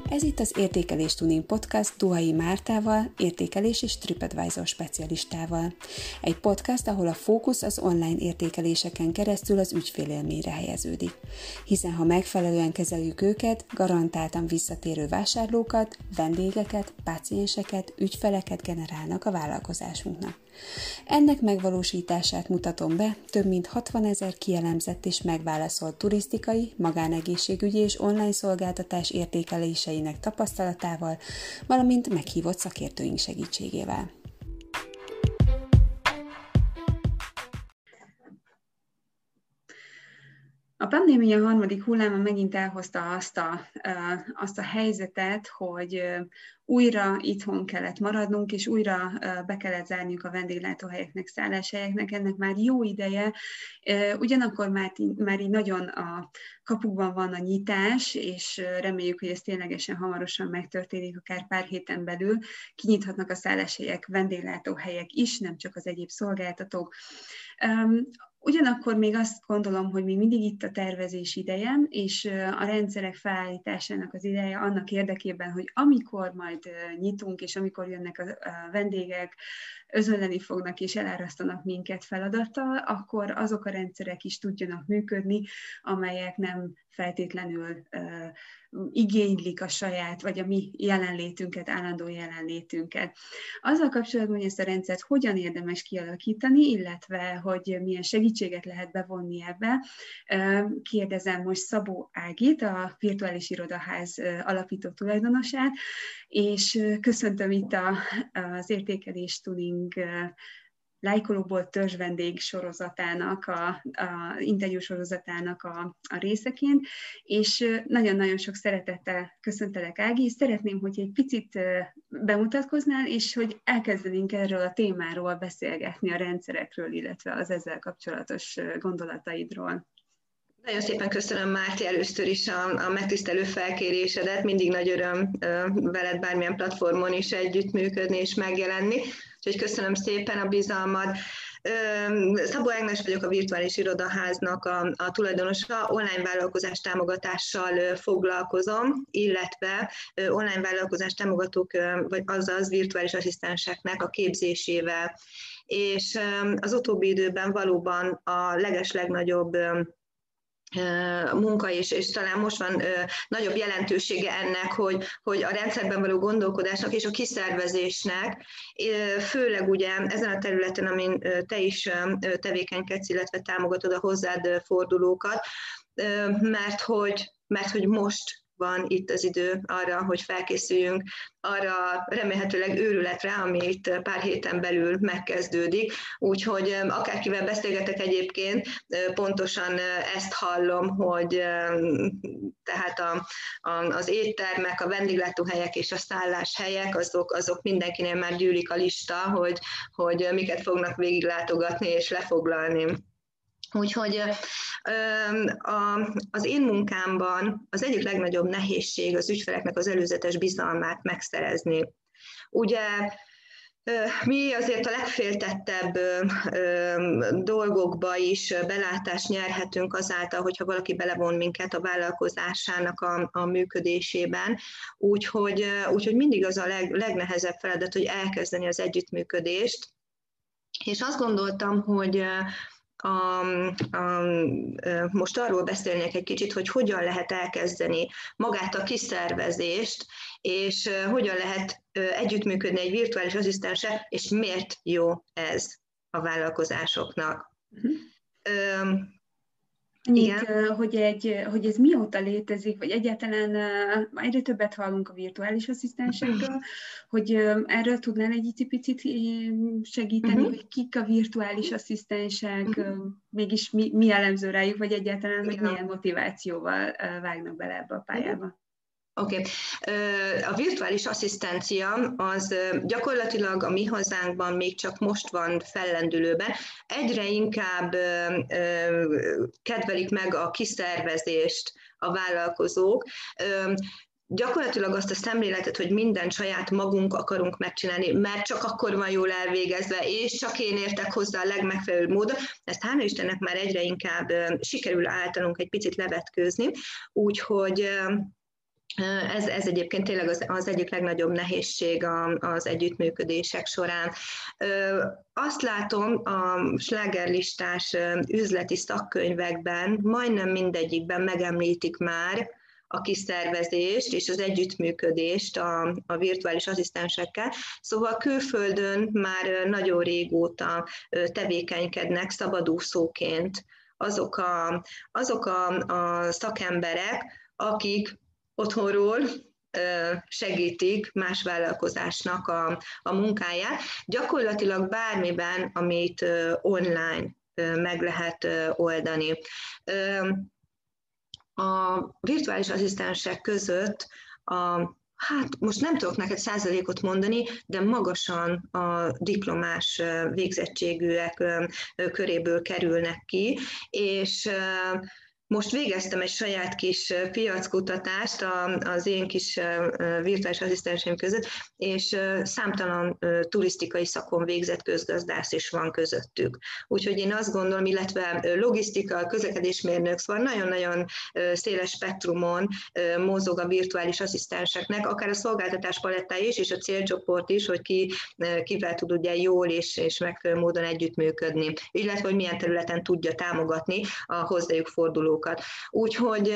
Ez itt az Értékelés Tuning Podcast Duhai Mártával, értékelés és TripAdvisor specialistával. Egy podcast, ahol a fókusz az online értékeléseken keresztül az ügyfélélményre helyeződik. Hiszen ha megfelelően kezeljük őket, garantáltan visszatérő vásárlókat, vendégeket, pácienseket, ügyfeleket generálnak a vállalkozásunknak. Ennek megvalósítását mutatom be több mint 60 000 kielemzett és megválaszolt turisztikai, magánegészségügyi és online szolgáltatás értékeléseinek tapasztalatával, valamint meghívott szakértőink segítségével. A pandémia harmadik hulláma megint elhozta azt a helyzetet, hogy újra itthon kellett maradnunk, és újra be kellett zárniuk a vendéglátóhelyeknek, szálláshelyeknek. Ennek már jó ideje, ugyanakkor már így nagyon a kapukban van a nyitás, és reméljük, hogy ez ténylegesen hamarosan megtörténik, akár pár héten belül. Kinyithatnak a szálláshelyek, vendéglátóhelyek is, nem csak az egyéb szolgáltatók. Ugyanakkor még azt gondolom, hogy még mindig itt a tervezés ideje, és a rendszerek felállításának az ideje annak érdekében, hogy amikor majd nyitunk, és amikor jönnek a vendégek, özönleni fognak és elárasztanak minket feladattal, akkor azok a rendszerek is tudjanak működni, amelyek nem feltétlenül igénylik a saját, vagy a mi jelenlétünket, állandó jelenlétünket. Azzal kapcsolatban, hogy ezt a rendszert hogyan érdemes kialakítani, illetve hogy milyen segítséget lehet bevonni ebbe, kérdezem most Szabó Ágit, a Virtuális Irodaház alapító tulajdonosát, és köszöntöm itt az Értékelés Tuning lájkolóból törzsvendég sorozatának, a interjú sorozatának a részeként, és nagyon-nagyon sok szeretettel köszöntelek, Ági, és szeretném, hogy egy picit bemutatkoznál, és hogy elkezdenénk erről a témáról beszélgetni, a rendszerekről, illetve az ezzel kapcsolatos gondolataidról. Nagyon szépen köszönöm, Márti, először is a megtisztelő felkérésedet. Mindig nagy öröm veled bármilyen platformon is együttműködni és megjelenni. Úgyhogy köszönöm szépen a bizalmad. Szabó Ágnes vagyok, a Virtuális Irodaháznak a tulajdonosa. Online vállalkozás támogatással foglalkozom, illetve online vállalkozás támogatók, vagy azaz virtuális asszisztenseknek a képzésével. És az utóbbi időben valóban a legeslegnagyobb munka, és talán most van nagyobb jelentősége ennek, hogy a rendszerben való gondolkodásnak és a kiszervezésnek, főleg ugye ezen a területen, amin te is tevékenykedsz, illetve támogatod a hozzád fordulókat, mert hogy most van itt az idő arra, hogy felkészüljünk arra remélhetőleg őrületre, ami itt pár héten belül megkezdődik. Úgyhogy akárkivel beszélgetek egyébként, pontosan ezt hallom, hogy tehát az éttermek, a vendéglátóhelyek és a szálláshelyek, azok mindenkinél már gyűlik a lista, hogy miket fognak végiglátogatni és lefoglalni. Úgyhogy az én munkámban az egyik legnagyobb nehézség az ügyfeleknek az előzetes bizalmát megszerezni. Ugye mi azért a legféltettebb dolgokba is belátást nyerhetünk azáltal, hogyha valaki belevon minket a vállalkozásának a működésében. Úgyhogy mindig az a legnehezebb feladat, hogy elkezdeni az együttműködést. És azt gondoltam, hogy most arról beszélnék egy kicsit, hogy hogyan lehet elkezdeni magát a kiszervezést, és hogyan lehet együttműködni egy virtuális asszisztenssel, és miért jó ez a vállalkozásoknak. Igen. Hogy ez mióta létezik, vagy egyáltalán egyre többet hallunk a virtuális asszisztensekről, hogy erről tudnál egy picit segíteni, hogy kik a virtuális asszisztensek, mégis mi jellemző rájuk, vagy egyáltalán, hogy milyen motivációval vágnak bele ebbe a pályába. Oké. A virtuális asszisztencia az gyakorlatilag a mi hazánkban még csak most van fellendülőben. Egyre inkább kedvelik meg a kiszervezést a vállalkozók. Gyakorlatilag azt a szemléletet, hogy mindent saját magunk akarunk megcsinálni, mert csak akkor van jól elvégezve, és csak én értek hozzá a legmegfelelőbb módon, ezt hála Istennek már egyre inkább sikerül általunk egy picit levetkőzni, úgyhogy Ez egyébként tényleg az egyik legnagyobb nehézség az együttműködések során. Azt látom a slágerlistás üzleti szakkönyvekben, majdnem mindegyikben megemlítik már a kiszervezést és az együttműködést a virtuális asszisztensekkel. Szóval külföldön már nagyon régóta tevékenykednek szabadúszóként azok a szakemberek, akik otthonról segítik más vállalkozásnak a munkáját. Gyakorlatilag bármiben, amit online meg lehet oldani. A virtuális asszisztensek között hát most nem tudok neked százalékot mondani, de magasan a diplomás végzettségűek köréből kerülnek ki, és most végeztem egy saját kis piackutatást az én kis virtuális asszisztenseim között, és számtalan turisztikai szakon végzett közgazdász is van közöttük. Úgyhogy én azt gondolom, illetve logisztika, közlekedésmérnök, szóval nagyon-nagyon széles spektrumon mozog a virtuális asszisztenseknek, akár a szolgáltatás palettája is, és a célcsoport is, hogy kivel tud ugye jól és megfelelő módon együttműködni, illetve hogy milyen területen tudja támogatni a hozzájuk fordulókat. Úgyhogy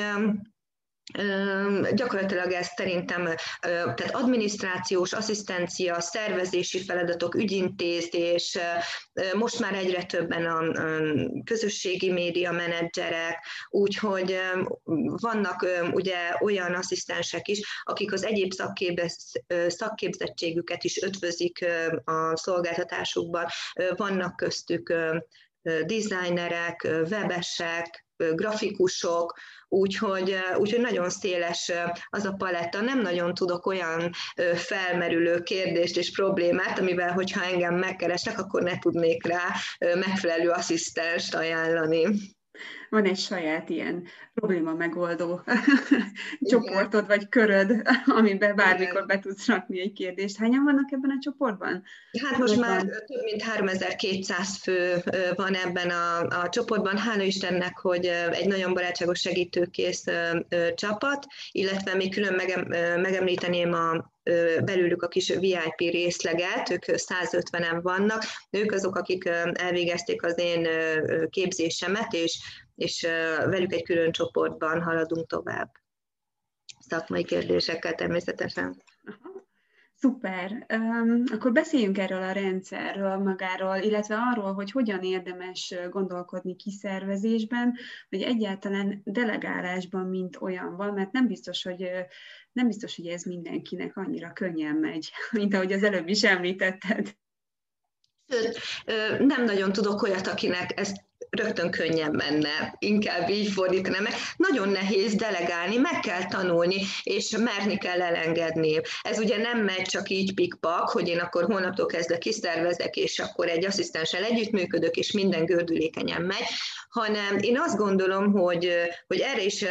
gyakorlatilag ez szerintem, tehát adminisztrációs, asszisztencia, szervezési feladatok, ügyintézés, most már egyre többen a közösségi média menedzserek, úgyhogy vannak ugye olyan asszisztensek is, akik az egyéb szakképzettségüket is ötvözik a szolgáltatásukban, vannak köztük designerek, webesek, grafikusok, úgyhogy nagyon széles az a paletta. Nem nagyon tudok olyan felmerülő kérdést és problémát, amivel, hogyha engem megkeresnek, akkor ne tudnék rá megfelelő asszisztenst ajánlani. Van egy saját ilyen probléma megoldó csoportod, vagy köröd, amiben bármikor be tudsz rakni egy kérdést. Hányan vannak ebben a csoportban? Hát most már több mint 3200 fő van ebben a csoportban. Hála Istennek, hogy egy nagyon barátságos, segítőkész csapat, illetve még külön megemlíteném belőlük a kis VIP részleget, ők 150-en vannak, ők azok, akik elvégezték az én képzésemet, és velük egy külön csoportban haladunk tovább. Szakmai kérdésekkel természetesen. Aha. Szuper. Akkor beszéljünk erről a rendszerről magáról, illetve arról, hogy hogyan érdemes gondolkodni kiszervezésben, vagy egyáltalán delegálásban, mint olyan van, mert nem biztos, hogy ez mindenkinek annyira könnyen megy, mint ahogy az előbb is említetted. Sőt, nem nagyon tudok olyat, akinek ez rögtön könnyen menne, inkább így fordítanám meg. Nagyon nehéz delegálni, meg kell tanulni, és merni kell elengedni. Ez ugye nem megy csak így pikpak, hogy én akkor holnaptól kezdve kiszervezek, és akkor egy asszisztenssel együttműködök, és minden gördülékenyen megy, hanem én azt gondolom, hogy erre is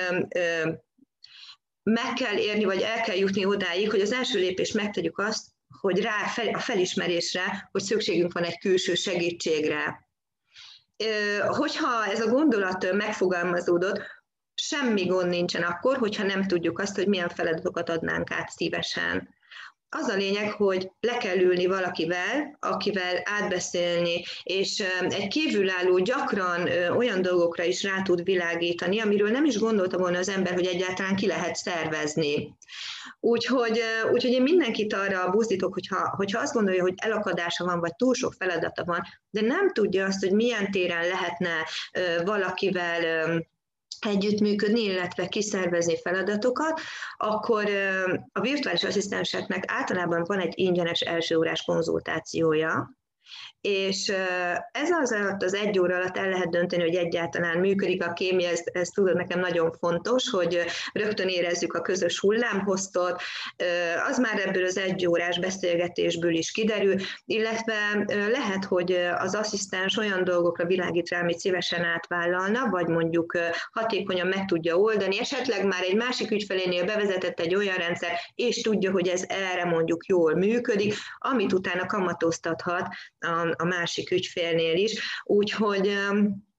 meg kell érni, vagy el kell jutni odáig, hogy az első lépés megtegyük azt, hogy rá a felismerésre, hogy szükségünk van egy külső segítségre. Hogyha ez a gondolat megfogalmazódott, semmi gond nincsen akkor, hogyha nem tudjuk azt, hogy milyen feladatokat adnánk át szívesen. Az a lényeg, hogy le kell ülni valakivel, akivel átbeszélni, és egy kívülálló gyakran olyan dolgokra is rá tud világítani, amiről nem is gondolta volna az ember, hogy egyáltalán ki lehet szervezni. Úgyhogy én mindenkit arra buzdítok, hogyha azt gondolja, hogy elakadása van, vagy túl sok feladata van, de nem tudja azt, hogy milyen téren lehetne valakivel együttműködni, illetve kiszervezni feladatokat, akkor a virtuális asszisztenseknek általában van egy ingyenes elsőórás konzultációja, és ez az alatt, az 1 óra alatt el lehet dönteni, hogy egyáltalán működik a kémia, ez tudod, nekem nagyon fontos, hogy rögtön érezzük a közös hullámhoztot, az már ebből az 1 órás beszélgetésből is kiderül, illetve lehet, hogy az asszisztens olyan dolgokra világít rá, amit szívesen átvállalna, vagy mondjuk hatékonyan meg tudja oldani, esetleg már egy másik ügyfelénél bevezetett egy olyan rendszer, és tudja, hogy ez erre mondjuk jól működik, amit utána kamatoztathat a másik ügyfélnél is. Úgyhogy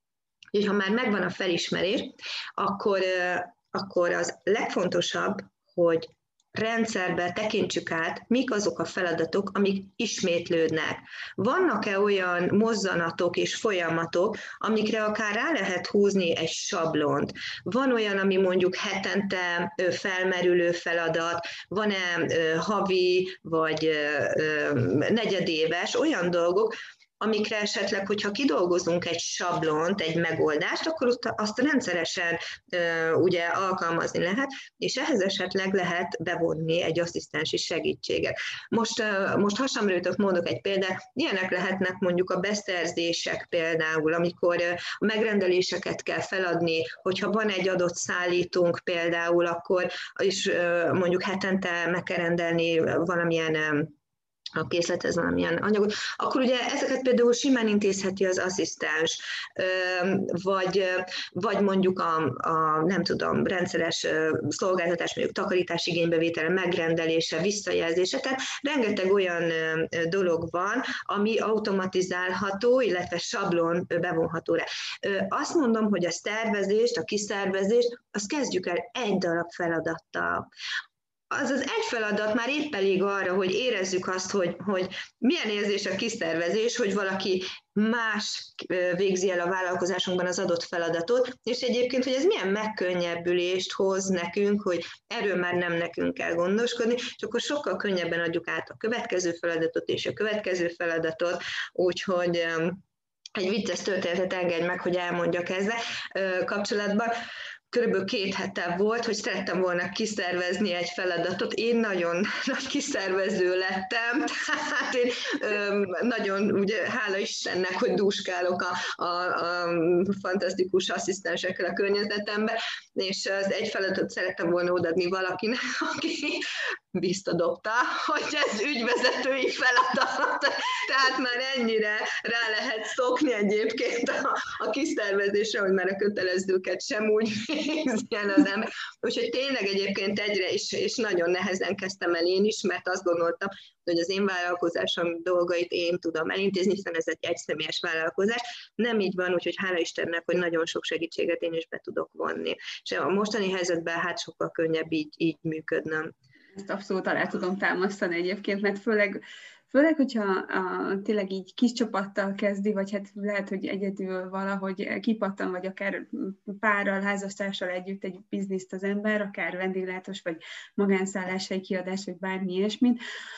ha már megvan a felismerés, akkor az legfontosabb, hogy rendszerbe tekintsük át, mik azok a feladatok, amik ismétlődnek. Vannak-e olyan mozzanatok és folyamatok, amikre akár rá lehet húzni egy sablont? Van olyan, ami mondjuk hetente felmerülő feladat, van-e havi vagy negyedéves, olyan dolgok, amikre esetleg, hogyha kidolgozunk egy sablont, egy megoldást, akkor azt rendszeresen ugye alkalmazni lehet, és ehhez esetleg lehet bevonni egy asszisztensi segítséget. Most hasamrőtök mondok egy példát, ilyenek lehetnek mondjuk a beszerzések például, amikor a megrendeléseket kell feladni, hogyha van egy adott szállítónk például, akkor is mondjuk hetente meg kell rendelni valamilyen a készlethez valamilyen anyagot, akkor ugye ezeket például simán intézheti az asszisztens, vagy mondjuk a nem tudom, rendszeres szolgáltatás, mondjuk takarítás igénybevétele, megrendelése, visszajelzése, tehát rengeteg olyan dolog van, ami automatizálható, illetve sablon bevonható rá. Azt mondom, hogy a szervezést, a kiszervezést, azt kezdjük el egy darab feladattal. Az egy feladat már épp elég arra, hogy érezzük azt, hogy milyen érzés a kiszervezés, hogy valaki más végzi el a vállalkozásunkban az adott feladatot, és egyébként, hogy ez milyen megkönnyebbülést hoz nekünk, hogy erről már nem nekünk kell gondoskodni, és akkor sokkal könnyebben adjuk át a következő feladatot és a következő feladatot, úgyhogy egy vicces történetet engedj meg, hogy elmondjak ezzel kapcsolatban. Körülbelül 2 hete volt, hogy szerettem volna kiszervezni egy feladatot. Én nagyon nagy kiszervező lettem, tehát én nagyon, ugye, hála Istennek, hogy dúskálok a fantasztikus asszisztensekkel a környezetembe, és az egy feladatot szerettem volna odaadni valakinek, aki biztodobta, hogy ez ügyvezetői feladat. Tehát már ennyire rá lehet szokni egyébként a kiszervezésre, hogy már a kötelezőket sem úgy végzjen az ember. Úgyhogy tényleg egyébként egyre is, és nagyon nehezen kezdtem el én is, mert azt gondoltam, hogy az én vállalkozásom dolgait én tudom elintézni, hiszen ez egy egyszemélyes vállalkozás. Nem így van, úgyhogy hála Istennek, hogy nagyon sok segítséget én is be tudok vonni. És a mostani helyzetben hát sokkal könnyebb így működnöm. Ezt abszolút alá tudom támasztani egyébként, mert főleg, hogyha tényleg így kis csapattal kezdi, vagy hát lehet, hogy egyedül valahogy kipattan, vagy akár párral, házastársal együtt egy bizniszt az ember, akár vendéglátós, vagy magánszállásai kiadás, vagy bármi ilyesmit,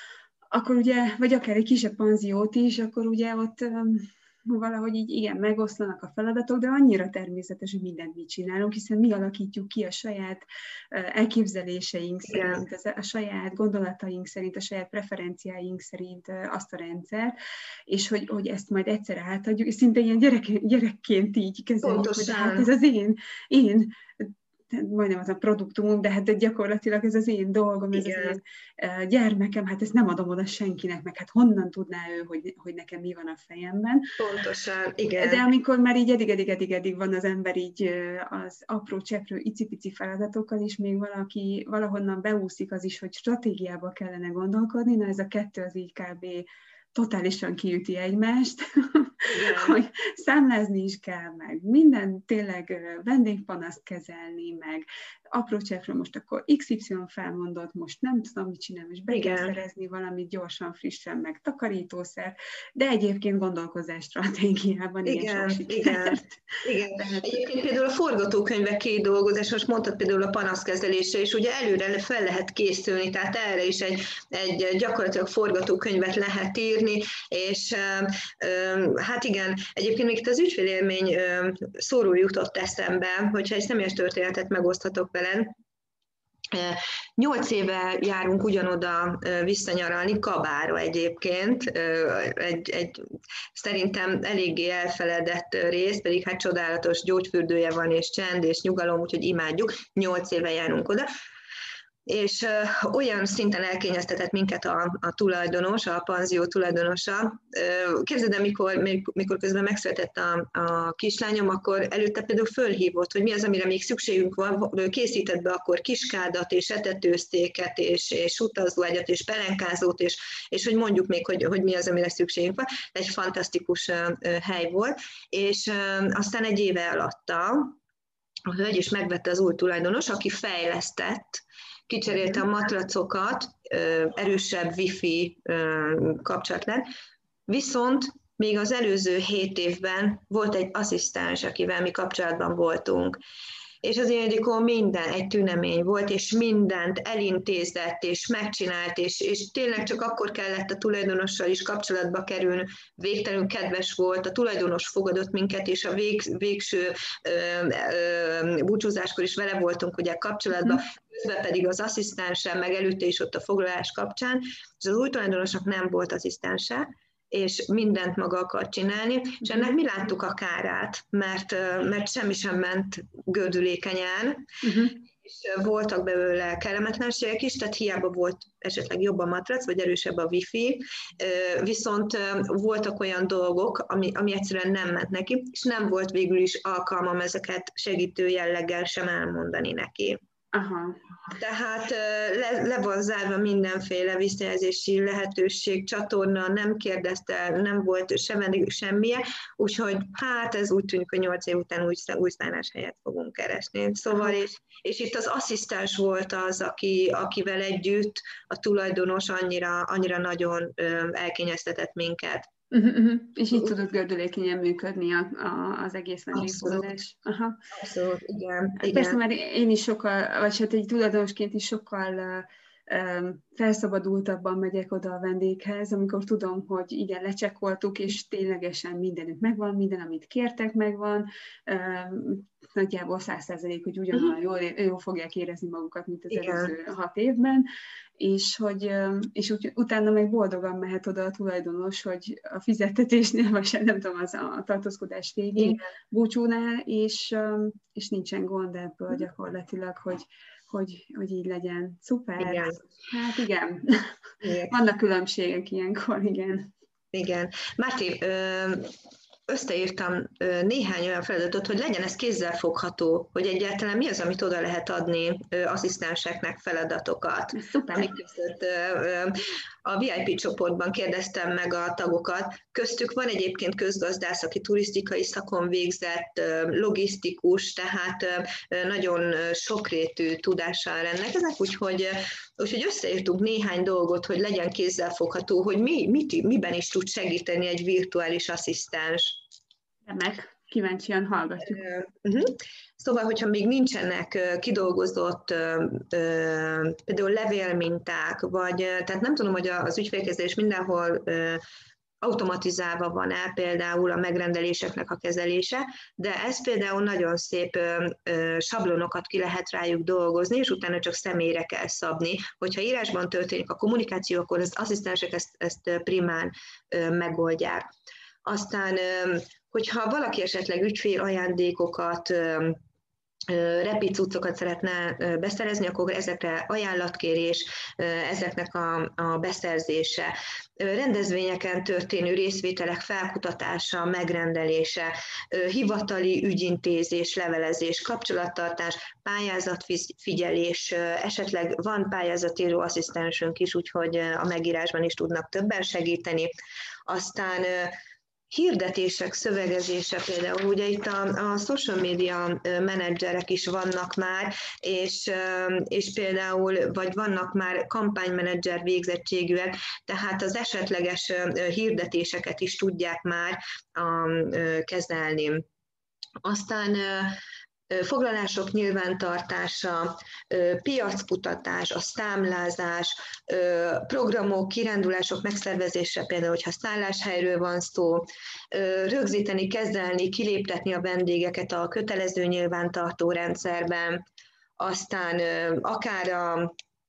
akkor ugye, vagy akár egy kisebb panziót is, akkor ugye ott valahogy így igen, megoszlanak a feladatok, de annyira természetes, hogy mindent mi csinálunk, hiszen mi alakítjuk ki a saját elképzeléseink szerint, a saját gondolataink szerint, a saját preferenciáink szerint azt a rendszert, és hogy ezt majd egyszer átadjuk, és szinte ilyen gyerekként így kezeljük, Pontosan. Hogy hát ez az én majdnem az a produktumom, de hát gyakorlatilag ez az én dolgom, ez igen. Az én gyermekem, hát ezt nem adom oda senkinek, meg hát honnan tudná ő, hogy nekem mi van a fejemben. Pontosan, igen. De amikor már így eddig van az ember így az apró cseprő icipici feladatokkal is, még valahonnan beúszik az is, hogy stratégiába kellene gondolkodni, na ez a kettő az így kb. Totálisan kiüti egymást, hogy számlázni is kell, meg minden tényleg vendégpanaszt kezelni, meg apró cseprő, most akkor XY felmondott, most nem tudom, mit csinálni, és be kell szerezni valamit gyorsan, frissen, meg takarítószer, de egyébként gondolkozás stratégiában ilyen sok sikert. Igen. Egyébként például a forgatókönyvek kidolgozás, most mondtad például a panaszkezelésre, és ugye előre fel lehet készülni, tehát erre is egy gyakorlatilag forgatókönyvet lehet írni, és hát igen, egyébként még itt az ügyfélélmény szóról jutott eszembe, hogyha egy személyes történetet megoszthatok veled. 8 éve járunk ugyanoda visszanyaralni, Kabára egyébként, egy szerintem eléggé elfeledett rész, pedig hát csodálatos gyógyfürdője van, és csend, és nyugalom, úgyhogy imádjuk, 8 éve járunk oda. És olyan szinten elkényeztetett minket a tulajdonos, a panzió tulajdonosa. Képzeld el, mikor közben megszületett a kislányom, akkor előtte például fölhívott, hogy mi az, amire még szükségünk van, készített be akkor kiskádat, és etetősztéket, és utazóágyat, és pelenkázót, és hogy mondjuk még, hogy mi az, amire szükségünk van. Egy fantasztikus hely volt, és aztán egy éve eladta, a hölgy is megvette az új tulajdonos, aki fejlesztett, kicserélte a matracokat, erősebb wifi kapcsolat lett, viszont még az előző 7 évben volt egy asszisztens, akivel mi kapcsolatban voltunk. És az Ildikó minden egy tünemény volt, és mindent elintézett, és megcsinált, és tényleg csak akkor kellett a tulajdonossal is kapcsolatba kerülni, végtelenül kedves volt, a tulajdonos fogadott minket, és a végső búcsúzáskor is vele voltunk ugye kapcsolatban, közben pedig az asszisztenssel, meg előtte is ott a foglalás kapcsán, és az új tulajdonosnak nem volt asszisztense, és mindent maga akar csinálni, és ennek mi láttuk a kárát, mert semmi sem ment gördülékenyen, és voltak belőle kellemetlenségek is, tehát hiába volt esetleg jobb a matrac, vagy erősebb a wifi, viszont voltak olyan dolgok, ami egyszerűen nem ment neki, és nem volt végül is alkalmam ezeket segítő jelleggel sem elmondani neki. Aha. Tehát le van zárva mindenféle visszajelzési lehetőség, csatorna, nem kérdezte, nem volt semmilyen, úgyhogy hát ez úgy tűnik, hogy 8 év után új szálláshelyet fogunk keresni. Szóval, és itt az asszisztens volt az, akivel együtt a tulajdonos annyira nagyon elkényeztetett minket. És így tudott gördülékenyen működni az egész vendégfogadás. Abszolút, igen. Persze, mert én is sokkal, vagy hát egy tulajdonosként is sokkal felszabadultabban megyek oda a vendéghez, amikor tudom, hogy igen, lecsekkoltuk, és ténylegesen mindenük megvan, minden, amit kértek, megvan, nagyjából 100%, hogy ugyanolyan jól fogják érezni magukat, mint az előző 6 évben, és úgy, utána meg boldogan mehet oda a tulajdonos, hogy a fizettetésnél, vagy nem tudom, az a tartózkodás végén, búcsúnál, és nincsen gond ebből gyakorlatilag, hogy így legyen. Szuper. Igen. Hát igen. Vannak különbségek ilyenkor, igen. Igen. Márti, összeírtam néhány olyan feladatot, hogy legyen ez kézzelfogható, hogy egyáltalán mi az, amit oda lehet adni asszisztenseknek feladatokat. Szuper. Amik között a VIP csoportban kérdeztem meg a tagokat. Köztük van egyébként közgazdász, aki turisztikai szakon végzett, logisztikus, tehát nagyon sokrétű tudással rendelkeznek, úgyhogy összeírtunk néhány dolgot, hogy legyen kézzelfogható, hogy miben is tud segíteni egy virtuális asszisztens. Remek, kíváncsian hallgatjuk. Szóval, hogyha még nincsenek kidolgozott például levélminták, vagy tehát nem tudom, hogy az ügyfélkezelés mindenhol automatizálva van-e például a megrendeléseknek a kezelése, de ez például nagyon szép sablonokat ki lehet rájuk dolgozni, és utána csak személyre kell szabni. Hogyha írásban történik a kommunikáció, akkor az asszisztensek ezt primán megoldják. Aztán, hogyha valaki esetleg ügyfél ajándékokat, repicucokat szeretne beszerezni, akkor ezekre ajánlatkérés, ezeknek a beszerzése, rendezvényeken történő részvételek felkutatása, megrendelése, hivatali ügyintézés, levelezés, kapcsolattartás, pályázatfigyelés, esetleg van pályázatíró asszisztensünk is, úgyhogy a megírásban is tudnak többen segíteni. Aztán hirdetések szövegezése például, ugye itt a social media menedzserek is vannak már, és például, vagy vannak már kampánymenedzser végzettségűek, tehát az esetleges hirdetéseket is tudják már kezelni. Aztán foglalások nyilvántartása, piackutatás, a számlázás, programok, kirándulások megszervezése, például, hogyha szálláshelyről van szó, rögzíteni, kezelni, kiléptetni a vendégeket a kötelező nyilvántartó rendszerben, aztán akár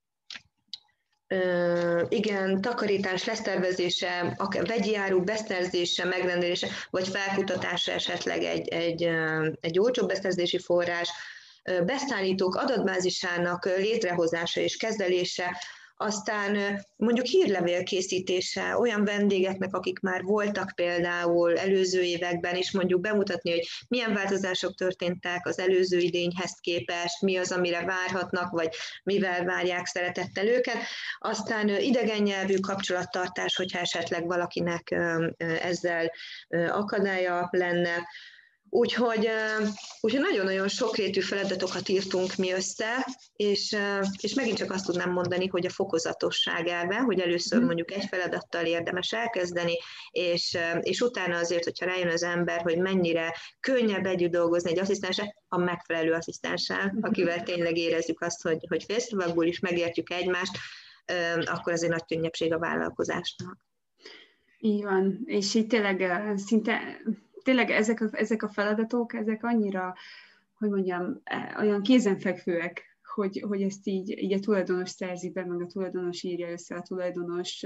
takarítás leszervezése, akár vegyi áruk beszerzése, megrendelése, vagy felkutatása esetleg egy olcsóbb beszerzési forrás, beszállítók adatbázisának létrehozása és kezelése, aztán mondjuk hírlevél készítése olyan vendégeknek, akik már voltak például előző években, és mondjuk bemutatni, hogy milyen változások történtek az előző idényhez képest, mi az, amire várhatnak, vagy mivel várják szeretettel őket. Aztán idegen nyelvű kapcsolattartás, hogyha esetleg valakinek ezzel akadálya lenne. Úgyhogy nagyon-nagyon sokrétű feladatokat írtunk mi össze, és megint csak azt tudnám mondani, hogy a fokozatosság elve, hogy először mondjuk egy feladattal érdemes elkezdeni, és utána azért, hogyha rájön az ember, hogy mennyire könnyebb együtt dolgozni egy asszisztenssel, a megfelelő asszisztenssel, akivel tényleg érezzük azt, hogy félszavakból is megértjük egymást, akkor ez egy nagy könnyebbség a vállalkozásnak. Így van, és így tényleg szinte tényleg ezek a feladatok, ezek annyira, hogy mondjam, olyan kézenfekvőek, hogy ezt így a tulajdonos szerzi be, meg a tulajdonos írja össze, a tulajdonos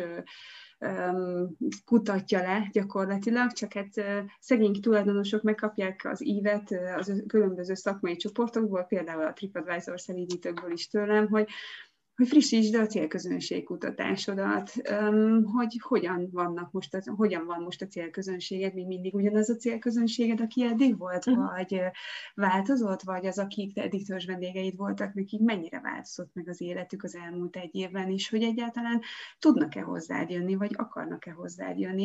kutatja le gyakorlatilag, csak hát szegény tulajdonosok megkapják az ívet az különböző szakmai csoportokból, például a TripAdvisor szelídítőkből is tőlem, hogy frissítsd a célközönségkutatásodat, hogy hogyan van most a célközönséged, még mindig ugyanaz a célközönséged, aki eddig volt, vagy változott, vagy az, akik eddig törzs vendégeid voltak, nekik mennyire változott meg az életük az elmúlt egy évben, és hogy egyáltalán tudnak-e hozzád jönni, vagy akarnak-e hozzád jönni.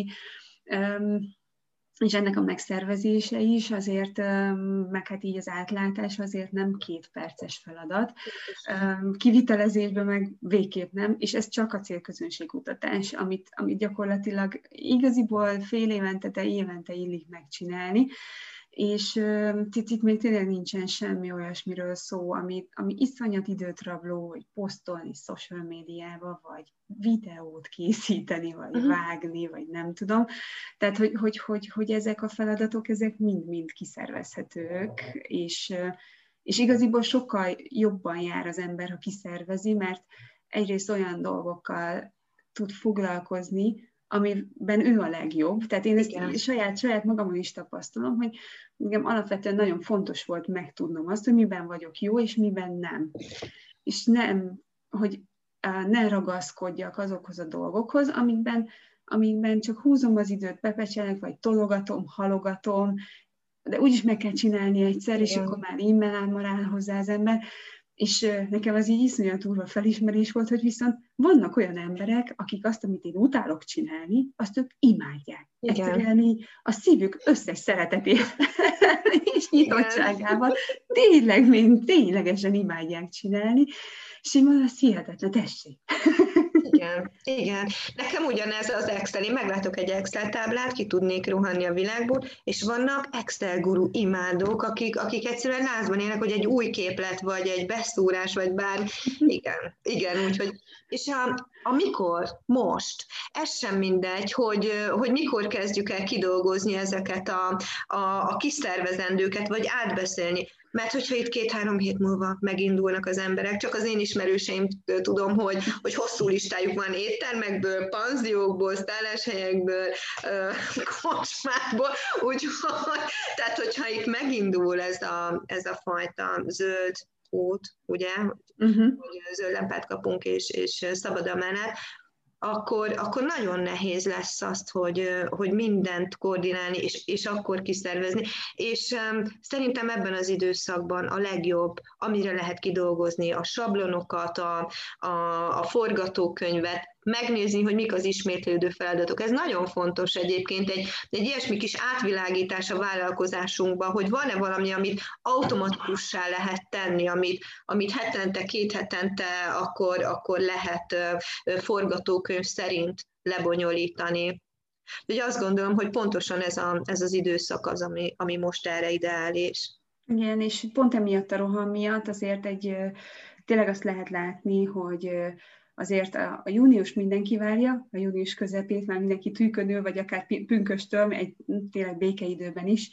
És ennek a megszervezése is azért, meg hát így az átlátás azért nem 2 perces feladat. Kivitelezésben meg végképp nem, és ez csak a célközönségkutatás, amit gyakorlatilag igaziból fél évente, de évente illik megcsinálni, és itt még tényleg nincsen semmi olyasmiről szó, ami iszonyat időt rabló, hogy posztolni social médiába, vagy videót készíteni, vagy vágni, vagy nem tudom. Tehát, hogy ezek a feladatok, ezek mind-mind kiszervezhetők, és igaziból sokkal jobban jár az ember, ha kiszervezi, mert egyrészt olyan dolgokkal tud foglalkozni, amiben ő a legjobb. Tehát én ezt saját magamon is tapasztalom, hogy nekem alapvetően nagyon fontos volt megtudnom azt, hogy miben vagyok jó, és miben nem. És nem, hogy ne ragaszkodjak azokhoz a dolgokhoz, amikben csak húzom az időt, bepecselek, vagy tologatom, halogatom, de úgyis meg kell csinálni egyszer, és akkor már e-mail hozzá az ember. És nekem az így iszonyat durva felismerés volt, hogy viszont vannak olyan emberek, akik azt, amit én utálok csinálni, azt ők imádják. Egyszerűen így a szívük összes szeretetét és nyitottságával ténylegesen imádják csinálni, és így mondom, az hihetetlen, tessék. Igen. Nekem ugyanez az Excel, én meglátok egy Excel táblát, ki tudnék rohanni a világból, és vannak Excel guru imádók, akik egyszerűen lázban élnek, hogy egy új képlet, vagy egy beszúrás, vagy bármi. Igen, úgyhogy, és amikor, most, ez sem mindegy, hogy mikor kezdjük el kidolgozni ezeket a kiszervezendőket, vagy átbeszélni. Mert hogyha itt 2-3 hét múlva megindulnak az emberek, csak az én ismerőseim tudom, hogy hosszú listájuk van éttermekből, panziókból, szálláshelyekből, kocsmákból, úgyhogy, tehát hogyha itt megindul ez a fajta zöld út, ugye, hogy zöld lámpát kapunk, és szabad a menet, akkor nagyon nehéz lesz azt, hogy mindent koordinálni, és akkor kiszervezni. És szerintem ebben az időszakban a legjobb, amire lehet kidolgozni a sablonokat, a forgatókönyvet, megnézni, hogy mik az ismétlődő feladatok. Ez nagyon fontos egyébként, egy ilyesmi kis átvilágítás a vállalkozásunkban, hogy van-e valami, amit automatikussá lehet tenni, amit hetente, 2 hetente akkor lehet forgatókönyv szerint lebonyolítani. Úgyhogy azt gondolom, hogy pontosan ez az időszak az, ami most erre ideális. Igen, és pont emiatt a roham miatt azért tényleg azt lehet látni, hogy azért a június mindenki várja, a június közepét már mindenki tűkönül, vagy akár pünköstől, egy tényleg békeidőben is,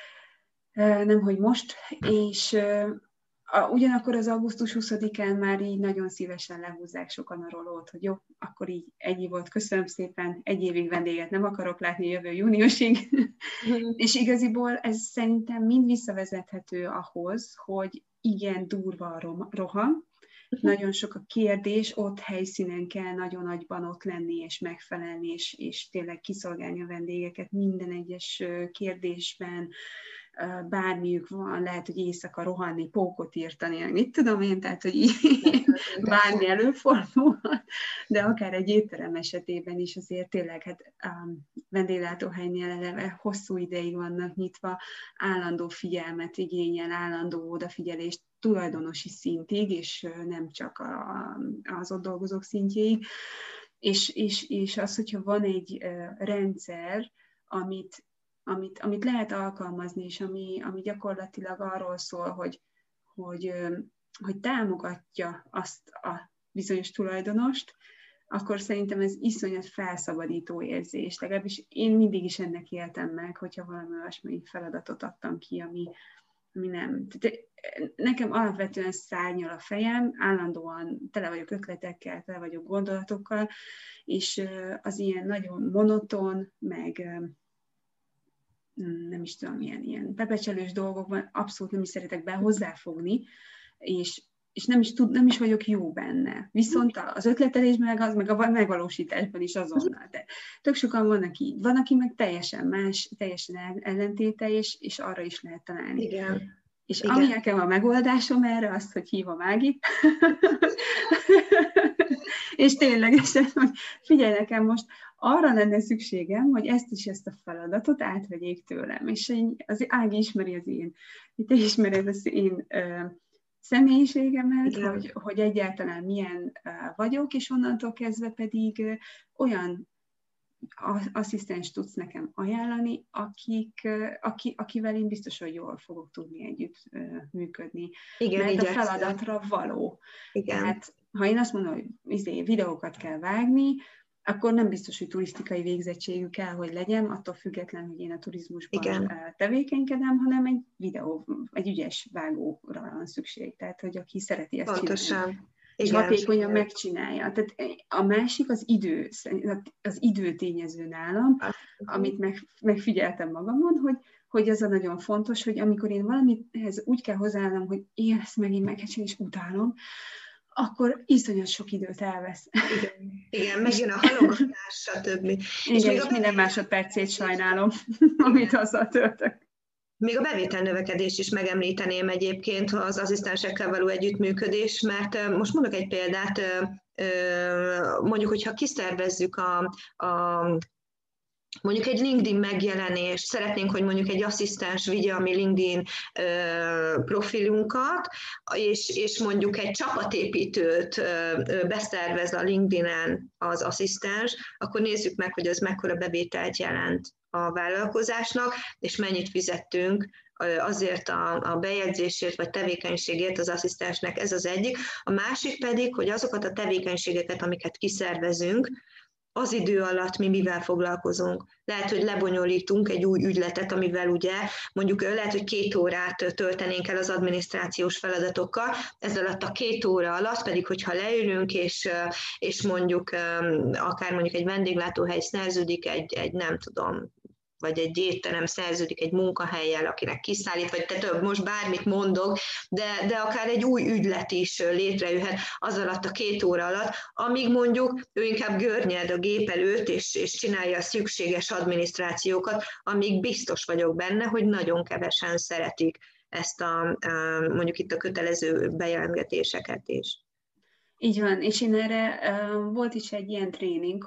nemhogy most, és ugyanakkor az augusztus 20-án már így nagyon szívesen lehúzzák sokan a rolót, hogy jó, akkor így ennyi volt, köszönöm szépen, 1 évig vendéget nem akarok látni jövő júniusig. És igaziból ez szerintem mind visszavezethető ahhoz, hogy igen durva a roham, nagyon sok a kérdés, ott helyszínen kell nagyon nagyban ott lenni és megfelelni, és tényleg kiszolgálni a vendégeket minden egyes kérdésben, bármiük van, lehet, hogy éjszaka rohanni, pókot írtani, mit tudom én, tehát, hogy bármi előfordulhat, de akár egy étterem esetében is azért tényleg, hát vendéglátóhelynél eleve hosszú ideig vannak nyitva, állandó figyelmet igényel, állandó odafigyelést tulajdonosi szintig, és nem csak az ott dolgozók szintjéig, és az, hogyha van egy rendszer, amit lehet alkalmazni, és ami gyakorlatilag arról szól, hogy támogatja azt a bizonyos tulajdonost, akkor szerintem ez iszonyat felszabadító érzés. Legalábbis én mindig is ennek éltem meg, hogyha valami olyasmi feladatot adtam ki, ami nem. Tehát nekem alapvetően szárnyal a fejem, állandóan tele vagyok ötletekkel, tele vagyok gondolatokkal, és az ilyen nagyon monoton, meg nem is tudom, ilyen pepecselős dolgokban abszolút nem is szeretek be hozzáfogni, és nem is vagyok jó benne. Viszont az ötletelésben, meg a megvalósításban is azonnal. De tök sokan vannak így. Van, aki meg teljesen más, teljesen ellentéte, és arra is lehet találni. Igen. És ami nekem a megoldásom erre, az, hogy hívom Ágit. És ténylegesen, hogy figyelj nekem most, arra lenne szükségem, hogy ezt a feladatot átvegyék tőlem. És az Ági ismeri az én, te ismered az én személyiségemet, hogy egyáltalán milyen vagyok, és onnantól kezdve pedig olyan asszisztens tudsz nekem ajánlani, akivel én biztos, hogy jól fogok tudni együtt működni. Igen, mert a feladatra való. Igen. Tehát, ha én azt mondom, hogy videókat kell vágni, akkor nem biztos, hogy turisztikai végzettségű kell, hogy legyen, attól független, hogy én a turizmusban tevékenykedem, hanem egy ügyes vágóra van szükség. Tehát, hogy aki szereti ezt csinálni. És hatékonyan megcsinálja. Tehát a másik az idő tényező nálam, amit megfigyeltem magamon, hogy az a nagyon fontos, hogy amikor én valamihez úgy kell hozzáállnom, hogy én ezt megint megcsinálom, és utálom, akkor iszonyat sok időt elvesz. Igen, megjön a halogatás, stb. Igen, és minden másodpercét sajnálom, amit azzal töltök. Még a bevételnövekedést is megemlíteném egyébként, az asszisztensekkel való együttműködés, mert most mondok egy példát, mondjuk, hogyha kiszervezzük mondjuk egy LinkedIn megjelenés, szeretnénk, hogy mondjuk egy asszisztens vigye a mi LinkedIn profilunkat, és mondjuk egy csapatépítőt beszervez a LinkedIn-en az asszisztens, akkor nézzük meg, hogy az mekkora bevételt jelent a vállalkozásnak, és mennyit fizettünk azért a bejegyzésért vagy tevékenységért az asszisztensnek, ez az egyik. A másik pedig, hogy azokat a tevékenységeket, amiket kiszervezünk, az idő alatt mi mivel foglalkozunk. Lehet, hogy lebonyolítunk egy új ügyletet, amivel ugye mondjuk lehet, hogy 2 órát töltenénk el az adminisztrációs feladatokkal, ez alatt a 2 óra alatt pedig, hogyha leülünk, és mondjuk akár mondjuk egy vendéglátóhely szerződik egy nem tudom, vagy egy étterem szerződik egy munkahellyel, akinek kiszállít, vagy tehát most bármit mondok, de akár egy új ügylet is létrejöhet az alatt a 2 óra alatt, amíg mondjuk ő inkább görnyed a gép előtt, és csinálja a szükséges adminisztrációkat, amíg biztos vagyok benne, hogy nagyon kevesen szeretik ezt mondjuk itt a kötelező bejelentgetéseket is. Így van, és én erre volt is egy ilyen tréning,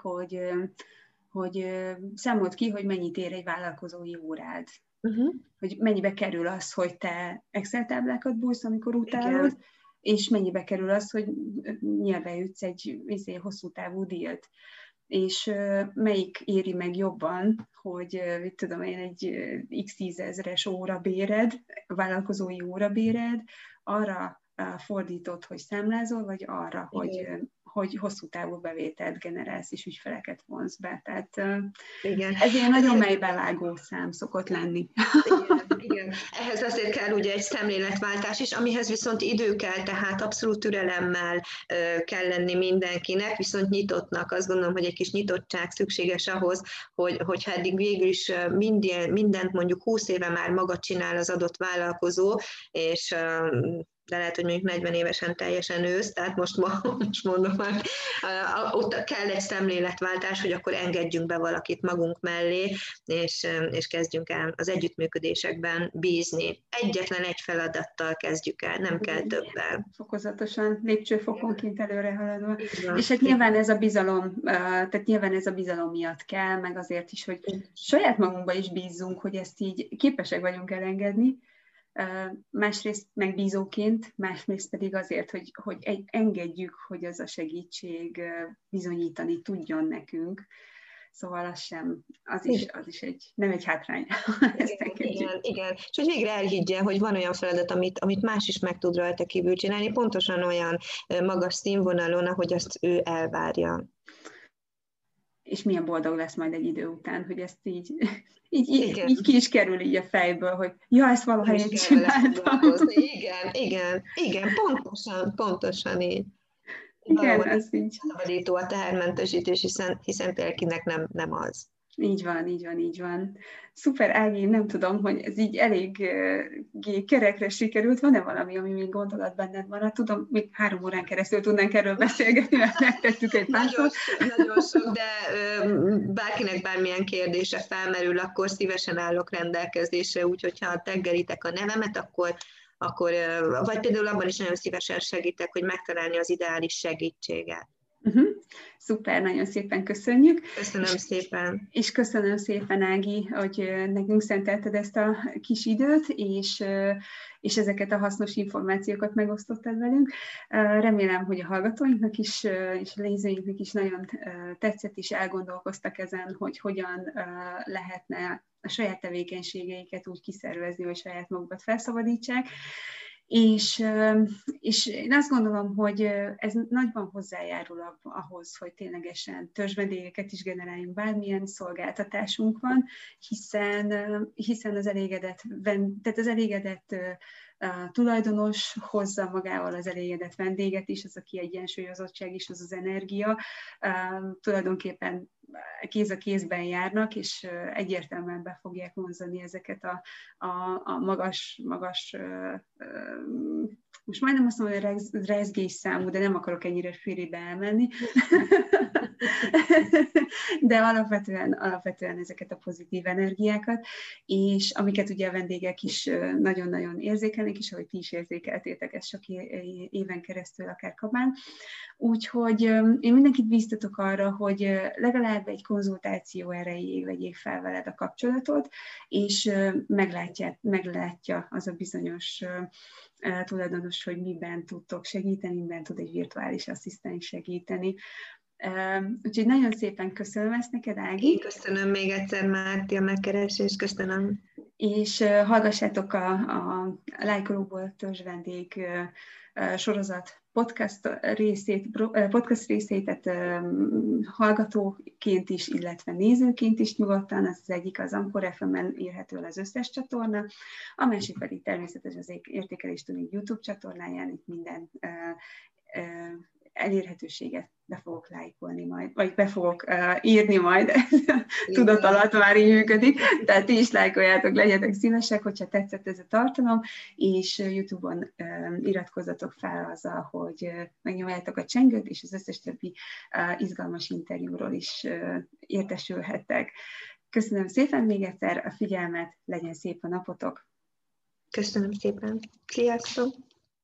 hogy számolt ki, hogy mennyit ér egy vállalkozói órád. Hogy mennyibe kerül az, hogy te Excel táblákat bújsz, amikor utálod, és mennyibe kerül az, hogy nyilván ütsz egy hosszú távú dílt. És melyik éri meg jobban, hogy mit tudom én, egy x 10 000-es órabéred, vállalkozói órabéred, arra fordított, hogy számlázol, vagy arra, hogy hosszú távú bevételt generálsz, és ügyfeleket vonz be. Tehát ez ilyen nagyon mélybevágó szám szokott lenni. Igen. Ehhez azért kell ugye egy szemléletváltás is, amihez viszont idő kell, tehát abszolút türelemmel kell lenni mindenkinek, viszont nyitottnak. Azt gondolom, hogy egy kis nyitottság szükséges ahhoz, hogyha eddig végül is mindent mondjuk 20 éve már maga csinál az adott vállalkozó, és de lehet, hogy mondjuk 40 évesen teljesen ősz, tehát most mondom, hogy ott kell egy szemléletváltás, hogy akkor engedjünk be valakit magunk mellé, és kezdjünk el az együttműködésekben bízni. Egyetlen egy feladattal kezdjük el, nem kell többel. Fokozatosan, lépcsőfokonként előre haladva. És hát nyilván ez a bizalom, tehát nyilván ez a bizalom miatt kell, meg azért is, hogy saját magunkba is bízzunk, hogy ezt így képesek vagyunk elengedni, másrészt megbízóként, másrészt pedig azért, hogy engedjük, hogy az a segítség bizonyítani tudjon nekünk. Szóval az is nem egy hátrány. Igen. És hogy végre elhiggye, hogy van olyan feladat, amit más is meg tud rajta kívül csinálni, pontosan olyan magas színvonalon, ahogy azt ő elvárja. És milyen boldog lesz majd egy idő után, hogy ezt így ki is kerül így a fejből, hogy ja, ezt valahogy én csináltam. Igen, pontosan így. Igen, ez így. Szabadító a tehermentesítés, hiszen tényleg nem az. Így van. Szuper, Ági, nem tudom, hogy ez így elég kerekre sikerült. Van-e valami, ami még gondolat benned van? Tudom, még 3 órán keresztül tudnánk erről beszélgetni, mert megtettük egy párszor. Nagyon sok, de bárkinek bármilyen kérdése felmerül, akkor szívesen állok rendelkezésre, úgyhogy ha teggelitek a nevemet, akkor vagy például abban is nagyon szívesen segítek, hogy megtalálni az ideális segítséget. Szuper, nagyon szépen köszönjük. Köszönöm szépen. És köszönöm szépen, Ági, hogy nekünk szentelted ezt a kis időt, és ezeket a hasznos információkat megosztottad velünk. Remélem, hogy a hallgatóinknak is, és a nézőinknek is nagyon tetszett, és elgondolkoztak ezen, hogy hogyan lehetne a saját tevékenységeiket úgy kiszervezni, hogy saját magukat felszabadítsák. És én azt gondolom, hogy ez nagyban hozzájárul ahhoz, hogy ténylegesen törzsvendégeket is generáljunk, bármilyen szolgáltatásunk van, hiszen az elégedett tulajdonos hozza magával az elégedett vendéget is, az a kiegyensúlyozottság is, az energia. Tulajdonképpen kéz a kézben járnak, és egyértelműen be fogják vonzani ezeket a magas, most majdnem azt mondom, hogy rezgés számú, de nem akarok ennyire firibe elmenni, de alapvetően ezeket a pozitív energiákat, és amiket ugye a vendégek is nagyon-nagyon érzékelnek, és ahogy ti is érzékeltétek ezt sok éven keresztül akár Kabán. Úgyhogy én mindenkit bíztatok arra, hogy legalább egy konzultáció erejéig vegyék fel veled a kapcsolatot, és meglátja az a bizonyos tulajdonos, hogy miben tudtok segíteni, miben tud egy virtuális asszisztens segíteni. Úgyhogy nagyon szépen köszönöm ezt neked, Ági. Én köszönöm még egyszer, Márti, a megkeresést, köszönöm. És hallgassátok a Lájkolóból törzsvendég sorozat podcast részét, tehát hallgatóként is, illetve nézőként is nyugodtan. Az egyik az Ankor FM-en érhető el az összes csatorna, a másik pedig természetesen az Értékelés Tuning YouTube csatornáján, itt minden elérhetőséget be fogok lájkolni majd, vagy be fogok írni majd, tudat alatt már így működik, tehát ti is lájkoljátok, legyetek szívesek, hogyha tetszett ez a tartalom, és YouTube-on iratkozzatok fel azzal, hogy megnyomjátok a csengőt, és az összes többi izgalmas interjúról is értesülhettek. Köszönöm szépen még egyszer a figyelmet, legyen szép a napotok! Köszönöm szépen! Sziasztok!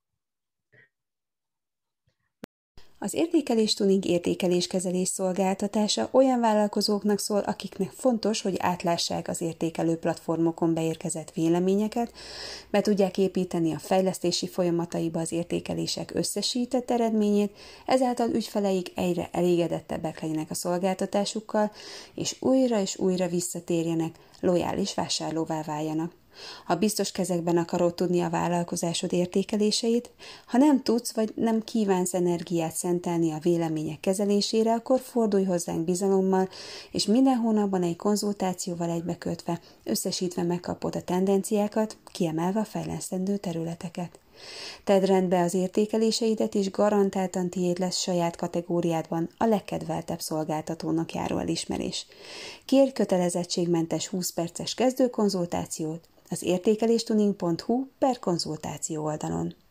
Az Értékelés Tuning értékeléskezelés szolgáltatása olyan vállalkozóknak szól, akiknek fontos, hogy átlássák az értékelő platformokon beérkezett véleményeket, be tudják építeni a fejlesztési folyamataiba az értékelések összesített eredményét, ezáltal ügyfeleik egyre elégedettebbek legyenek a szolgáltatásukkal, és újra visszatérjenek, lojális vásárlóvá váljanak. Ha biztos kezekben akarod tudni a vállalkozásod értékeléseit, ha nem tudsz vagy nem kívánsz energiát szentelni a vélemények kezelésére, akkor fordulj hozzánk bizalommal, és minden hónapban egy konzultációval egybekötve, összesítve megkapod a tendenciákat, kiemelve a fejlesztendő területeket. Tedd rendbe az értékeléseidet, és garantáltan tiéd lesz saját kategóriádban a legkedveltebb szolgáltatónak járó elismerés. Kérj kötelezettségmentes 20 perces kezdőkonzultációt az értékeléstuning.hu/konzultáció oldalon.